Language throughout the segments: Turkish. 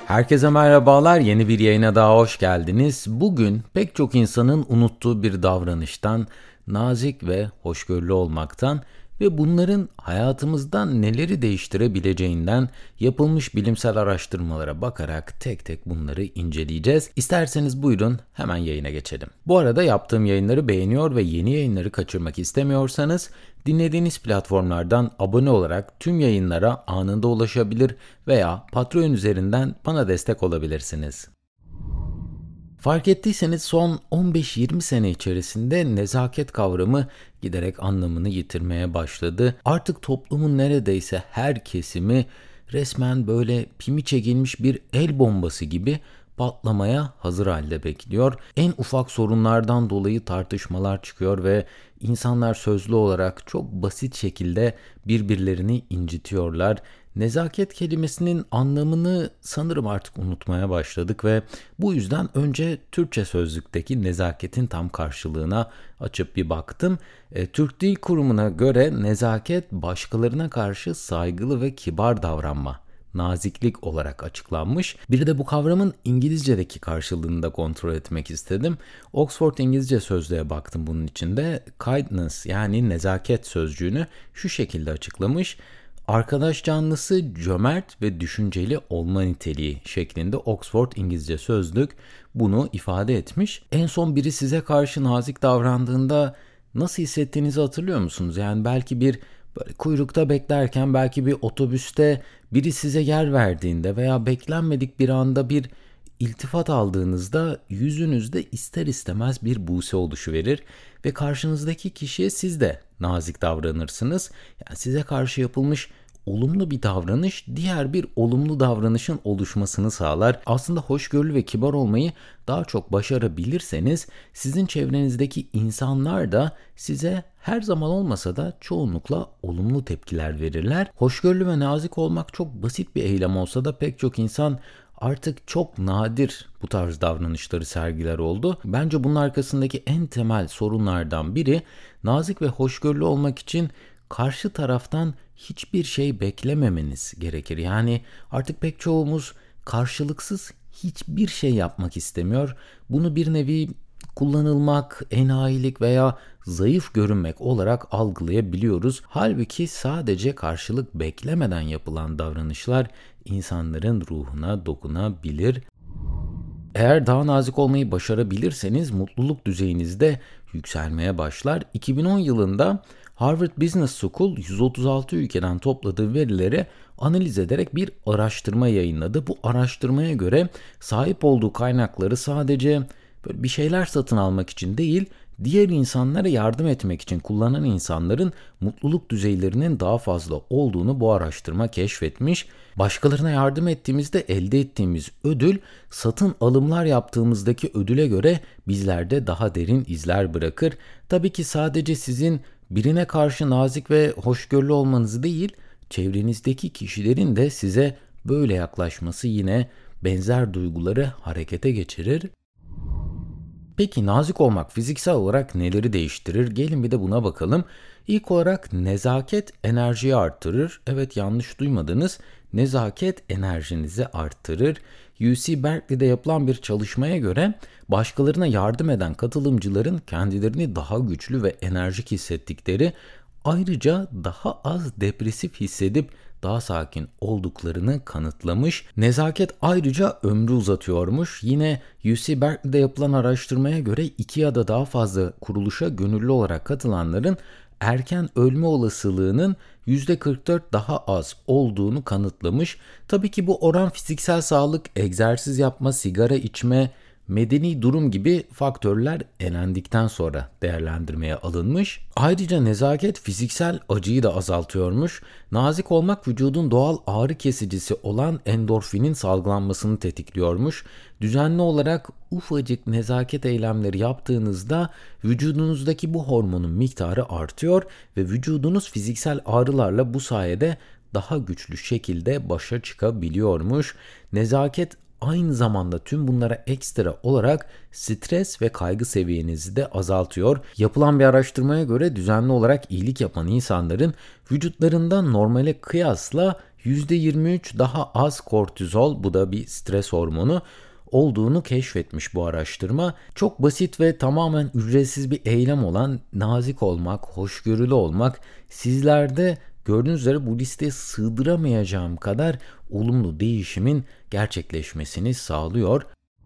Herkese merhabalar, yeni bir yayına daha hoş geldiniz. Bugün pek çok insanın unuttuğu bir davranıştan, nazik ve hoşgörülü olmaktan ve bunların hayatımızdan neleri değiştirebileceğinden yapılmış bilimsel araştırmalara bakarak tek tek bunları inceleyeceğiz. İsterseniz buyurun hemen yayına geçelim. Bu arada yaptığım yayınları beğeniyor ve yeni yayınları kaçırmak istemiyorsanız dinlediğiniz platformlardan abone olarak tüm yayınlara anında ulaşabilir veya Patreon üzerinden bana destek olabilirsiniz. Fark ettiyseniz son 15-20 sene içerisinde nezaket kavramı giderek anlamını yitirmeye başladı. Artık toplumun neredeyse her kesimi resmen böyle pimi çekilmiş bir el bombası gibi patlamaya hazır halde bekliyor. En ufak sorunlardan dolayı tartışmalar çıkıyor ve insanlar sözlü olarak çok basit şekilde birbirlerini incitiyorlar. Nezaket kelimesinin anlamını sanırım artık unutmaya başladık ve bu yüzden önce Türkçe sözlükteki nezaketin tam karşılığına açıp bir baktım. Türk Dil Kurumu'na göre nezaket başkalarına karşı saygılı ve kibar davranma, naziklik olarak açıklanmış. Bir de bu kavramın İngilizce'deki karşılığını da kontrol etmek istedim. Oxford İngilizce Sözlüğe baktım bunun içinde. Kindness yani nezaket sözcüğünü şu şekilde açıklamış. Arkadaş canlısı cömert ve düşünceli olma niteliği şeklinde Oxford İngilizce Sözlük bunu ifade etmiş. En son biri size karşı nazik davrandığında nasıl hissettiğinizi hatırlıyor musunuz? Yani belki bir böyle kuyrukta beklerken, belki bir otobüste biri size yer verdiğinde veya beklenmedik bir anda bir iltifat aldığınızda yüzünüzde ister istemez bir buse oluşuverir ve karşınızdaki kişiye siz de nazik davranırsınız. Yani size karşı yapılmış olumlu bir davranış diğer bir olumlu davranışın oluşmasını sağlar. Aslında hoşgörülü ve kibar olmayı daha çok başarabilirseniz sizin çevrenizdeki insanlar da size her zaman olmasa da çoğunlukla olumlu tepkiler verirler. Hoşgörülü ve nazik olmak çok basit bir eylem olsa da pek çok insan artık çok nadir bu tarz davranışları sergiler oldu. Bence bunun arkasındaki en temel sorunlardan biri nazik ve hoşgörülü olmak için karşı taraftan hiçbir şey beklememeniz gerekir. Yani artık pek çoğumuz karşılıksız hiçbir şey yapmak istemiyor. Bunu bir nevi kullanılmak, enayilik veya zayıf görünmek olarak algılayabiliyoruz. Halbuki sadece karşılık beklemeden yapılan davranışlar insanların ruhuna dokunabilir. Eğer daha nazik olmayı başarabilirseniz mutluluk düzeyiniz de yükselmeye başlar. 2010 yılında Harvard Business School 136 ülkeden topladığı verileri analiz ederek bir araştırma yayınladı. Bu araştırmaya göre sahip olduğu kaynakları sadece böyle bir şeyler satın almak için değil, diğer insanlara yardım etmek için kullanan insanların mutluluk düzeylerinin daha fazla olduğunu bu araştırma keşfetmiş. Başkalarına yardım ettiğimizde elde ettiğimiz ödül, satın alımlar yaptığımızdaki ödüle göre bizlerde daha derin izler bırakır. Tabii ki sadece sizin birine karşı nazik ve hoşgörülü olmanız değil, çevrenizdeki kişilerin de size böyle yaklaşması yine benzer duyguları harekete geçirir. Peki nazik olmak fiziksel olarak neleri değiştirir? Gelin bir de buna bakalım. İlk olarak nezaket enerjiyi arttırır. Evet, yanlış duymadınız. Nezaket enerjinizi arttırır. UC Berkeley'de yapılan bir çalışmaya göre başkalarına yardım eden katılımcıların kendilerini daha güçlü ve enerjik hissettikleri, ayrıca daha az depresif hissedip daha sakin olduklarını kanıtlamış. Nezaket ayrıca ömrü uzatıyormuş. Yine UC Berkeley'de yapılan araştırmaya göre 2 ya da daha fazla kuruluşa gönüllü olarak katılanların erken ölme olasılığının %44 daha az olduğunu kanıtlamış. Tabii ki bu oran fiziksel sağlık, egzersiz yapma, sigara içme, medeni durum gibi faktörler elendikten sonra değerlendirmeye alınmış. Ayrıca nezaket fiziksel acıyı da azaltıyormuş. Nazik olmak vücudun doğal ağrı kesicisi olan endorfinin salgılanmasını tetikliyormuş. Düzenli olarak ufacık nezaket eylemleri yaptığınızda vücudunuzdaki bu hormonun miktarı artıyor ve vücudunuz fiziksel ağrılarla bu sayede daha güçlü şekilde başa çıkabiliyormuş. Nezaket aynı zamanda tüm bunlara ekstra olarak stres ve kaygı seviyenizi de azaltıyor. Yapılan bir araştırmaya göre düzenli olarak iyilik yapan insanların vücutlarında normale kıyasla %23 daha az kortizol, bu da bir stres hormonu olduğunu keşfetmiş bu araştırma. Çok basit ve tamamen ücretsiz bir eylem olan nazik olmak, hoşgörülü olmak sizlerde gördüğünüz üzere bu listeye sığdıramayacağım kadar olumlu değişimin gerçekleşmesini sağlıyor.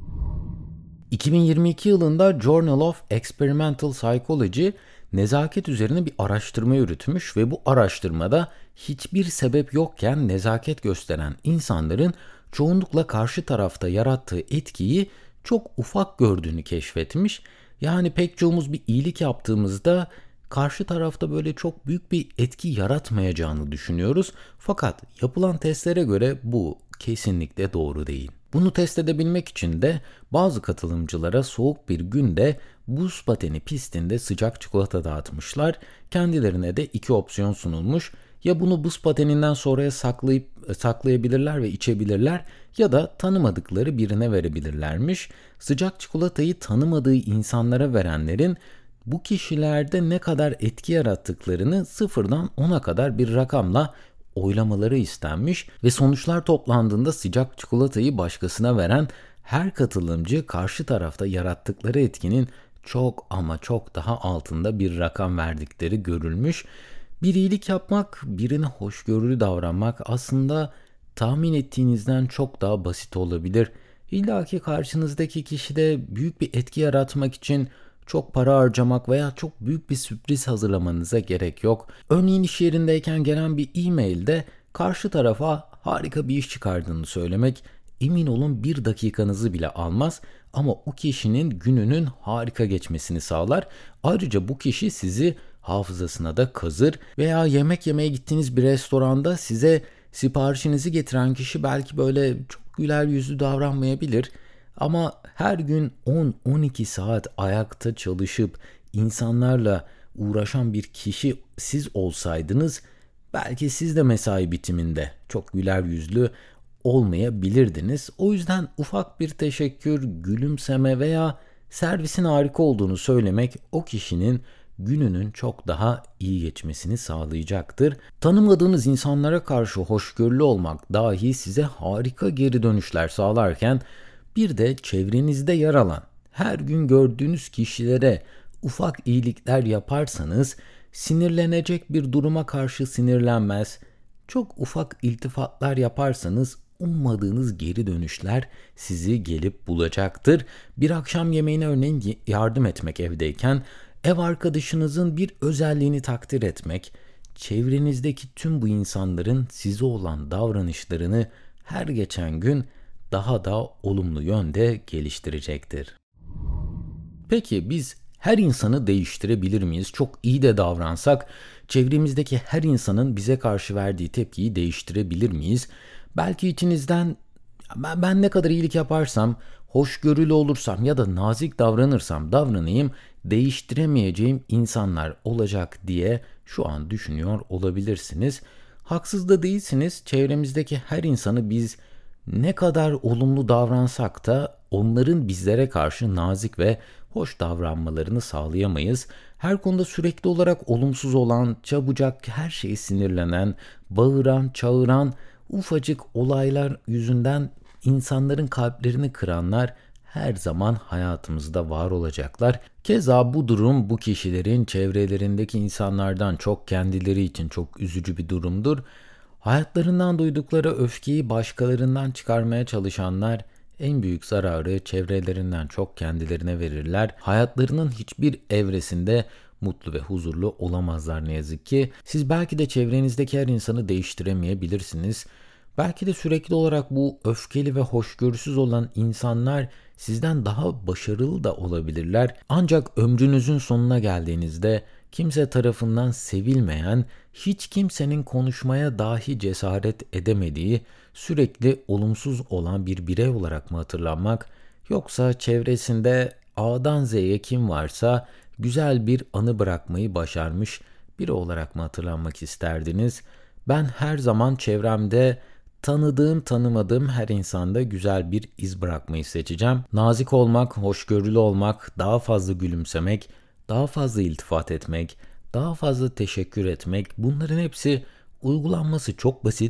2022 yılında Journal of Experimental Psychology nezaket üzerine bir araştırma yürütmüş ve bu araştırmada hiçbir sebep yokken nezaket gösteren insanların çoğunlukla karşı tarafta yarattığı etkiyi çok ufak gördüğünü keşfetmiş. Yani pek çoğumuz bir iyilik yaptığımızda karşı tarafta böyle çok büyük bir etki yaratmayacağını düşünüyoruz. Fakat yapılan testlere göre bu kesinlikle doğru değil. Bunu test edebilmek için de bazı katılımcılara soğuk bir günde buz pateni pistinde sıcak çikolata dağıtmışlar. Kendilerine de iki opsiyon sunulmuş. Ya bunu buz pateninden sonraya saklayabilirler ve içebilirler ya da tanımadıkları birine verebilirlermiş. Sıcak çikolatayı tanımadığı insanlara verenlerin bu kişilerde ne kadar etki yarattıklarını 0'dan 10'a kadar bir rakamla oylamaları istenmiş ve sonuçlar toplandığında sıcak çikolatayı başkasına veren her katılımcı karşı tarafta yarattıkları etkinin çok ama çok daha altında bir rakam verdikleri görülmüş. Bir iyilik yapmak, birine hoşgörülü davranmak aslında tahmin ettiğinizden çok daha basit olabilir. İlla ki karşınızdaki kişide büyük bir etki yaratmak için çok para harcamak veya çok büyük bir sürpriz hazırlamanıza gerek yok. Örneğin iş yerindeyken gelen bir e-mailde karşı tarafa harika bir iş çıkardığını söylemek, emin olun 1 dakikanızı bile almaz ama o kişinin gününün harika geçmesini sağlar. Ayrıca bu kişi sizi hafızasına da kazır veya yemek yemeye gittiğiniz bir restoranda size siparişinizi getiren kişi belki böyle çok güler yüzlü davranmayabilir. Ama her gün 10-12 saat ayakta çalışıp insanlarla uğraşan bir kişi siz olsaydınız belki siz de mesai bitiminde çok güler yüzlü olmayabilirdiniz. O yüzden ufak bir teşekkür, gülümseme veya servisin harika olduğunu söylemek o kişinin gününün çok daha iyi geçmesini sağlayacaktır. Tanımadığınız insanlara karşı hoşgörülü olmak dahi size harika geri dönüşler sağlarken bir de çevrenizde yer alan, her gün gördüğünüz kişilere ufak iyilikler yaparsanız sinirlenecek bir duruma karşı sinirlenmez, çok ufak iltifatlar yaparsanız ummadığınız geri dönüşler sizi gelip bulacaktır. Bir akşam yemeğine örneğin yardım etmek evdeyken, ev arkadaşınızın bir özelliğini takdir etmek, çevrenizdeki tüm bu insanların size olan davranışlarını her geçen gün daha da olumlu yönde geliştirecektir. Peki biz her insanı değiştirebilir miyiz? Çok iyi de davransak çevremizdeki her insanın bize karşı verdiği tepkiyi değiştirebilir miyiz? Belki içinizden ben ne kadar iyilik yaparsam, hoşgörülü olursam ya da nazik davranırsam davranayım değiştiremeyeceğim insanlar olacak diye şu an düşünüyor olabilirsiniz. Haksız da değilsiniz. Çevremizdeki her insanı biz ne kadar olumlu davransak da onların bizlere karşı nazik ve hoş davranmalarını sağlayamayız. Her konuda sürekli olarak olumsuz olan, çabucak her şeye sinirlenen, bağıran, çağıran, ufacık olaylar yüzünden insanların kalplerini kıranlar her zaman hayatımızda var olacaklar. Keza bu durum bu kişilerin çevrelerindeki insanlardan çok kendileri için çok üzücü bir durumdur. Hayatlarından duydukları öfkeyi başkalarından çıkarmaya çalışanlar en büyük zararı çevrelerinden çok kendilerine verirler. Hayatlarının hiçbir evresinde mutlu ve huzurlu olamazlar ne yazık ki. Siz belki de çevrenizdeki her insanı değiştiremeyebilirsiniz. Belki de sürekli olarak bu öfkeli ve hoşgörüsüz olan insanlar sizden daha başarılı da olabilirler. Ancak ömrünüzün sonuna geldiğinizde kimse tarafından sevilmeyen, hiç kimsenin konuşmaya dahi cesaret edemediği, sürekli olumsuz olan bir birey olarak mı hatırlanmak, yoksa çevresinde A'dan Z'ye kim varsa güzel bir anı bırakmayı başarmış biri olarak mı hatırlanmak isterdiniz? Ben her zaman çevremde tanıdığım tanımadığım her insanda güzel bir iz bırakmayı seçeceğim. Nazik olmak, hoşgörülü olmak, daha fazla gülümsemek, daha fazla iltifat etmek, daha fazla teşekkür etmek, bunların hepsi uygulanması çok basit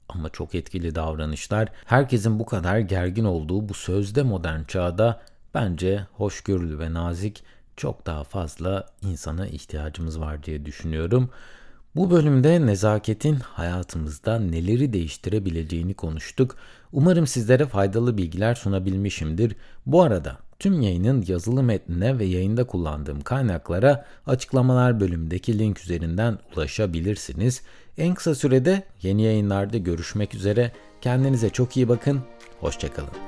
ama çok etkili davranışlar, herkesin bu kadar gergin olduğu bu sözde modern çağda bence hoşgörülü ve nazik çok daha fazla insana ihtiyacımız var diye düşünüyorum. Bu bölümde nezaketin hayatımızda neleri değiştirebileceğini konuştuk. Umarım sizlere faydalı bilgiler sunabilmişimdir. Bu arada tüm yayının yazılı metnine ve yayında kullandığım kaynaklara açıklamalar bölümündeki link üzerinden ulaşabilirsiniz. En kısa sürede yeni yayınlarda görüşmek üzere. Kendinize çok iyi bakın. Hoşça kalın.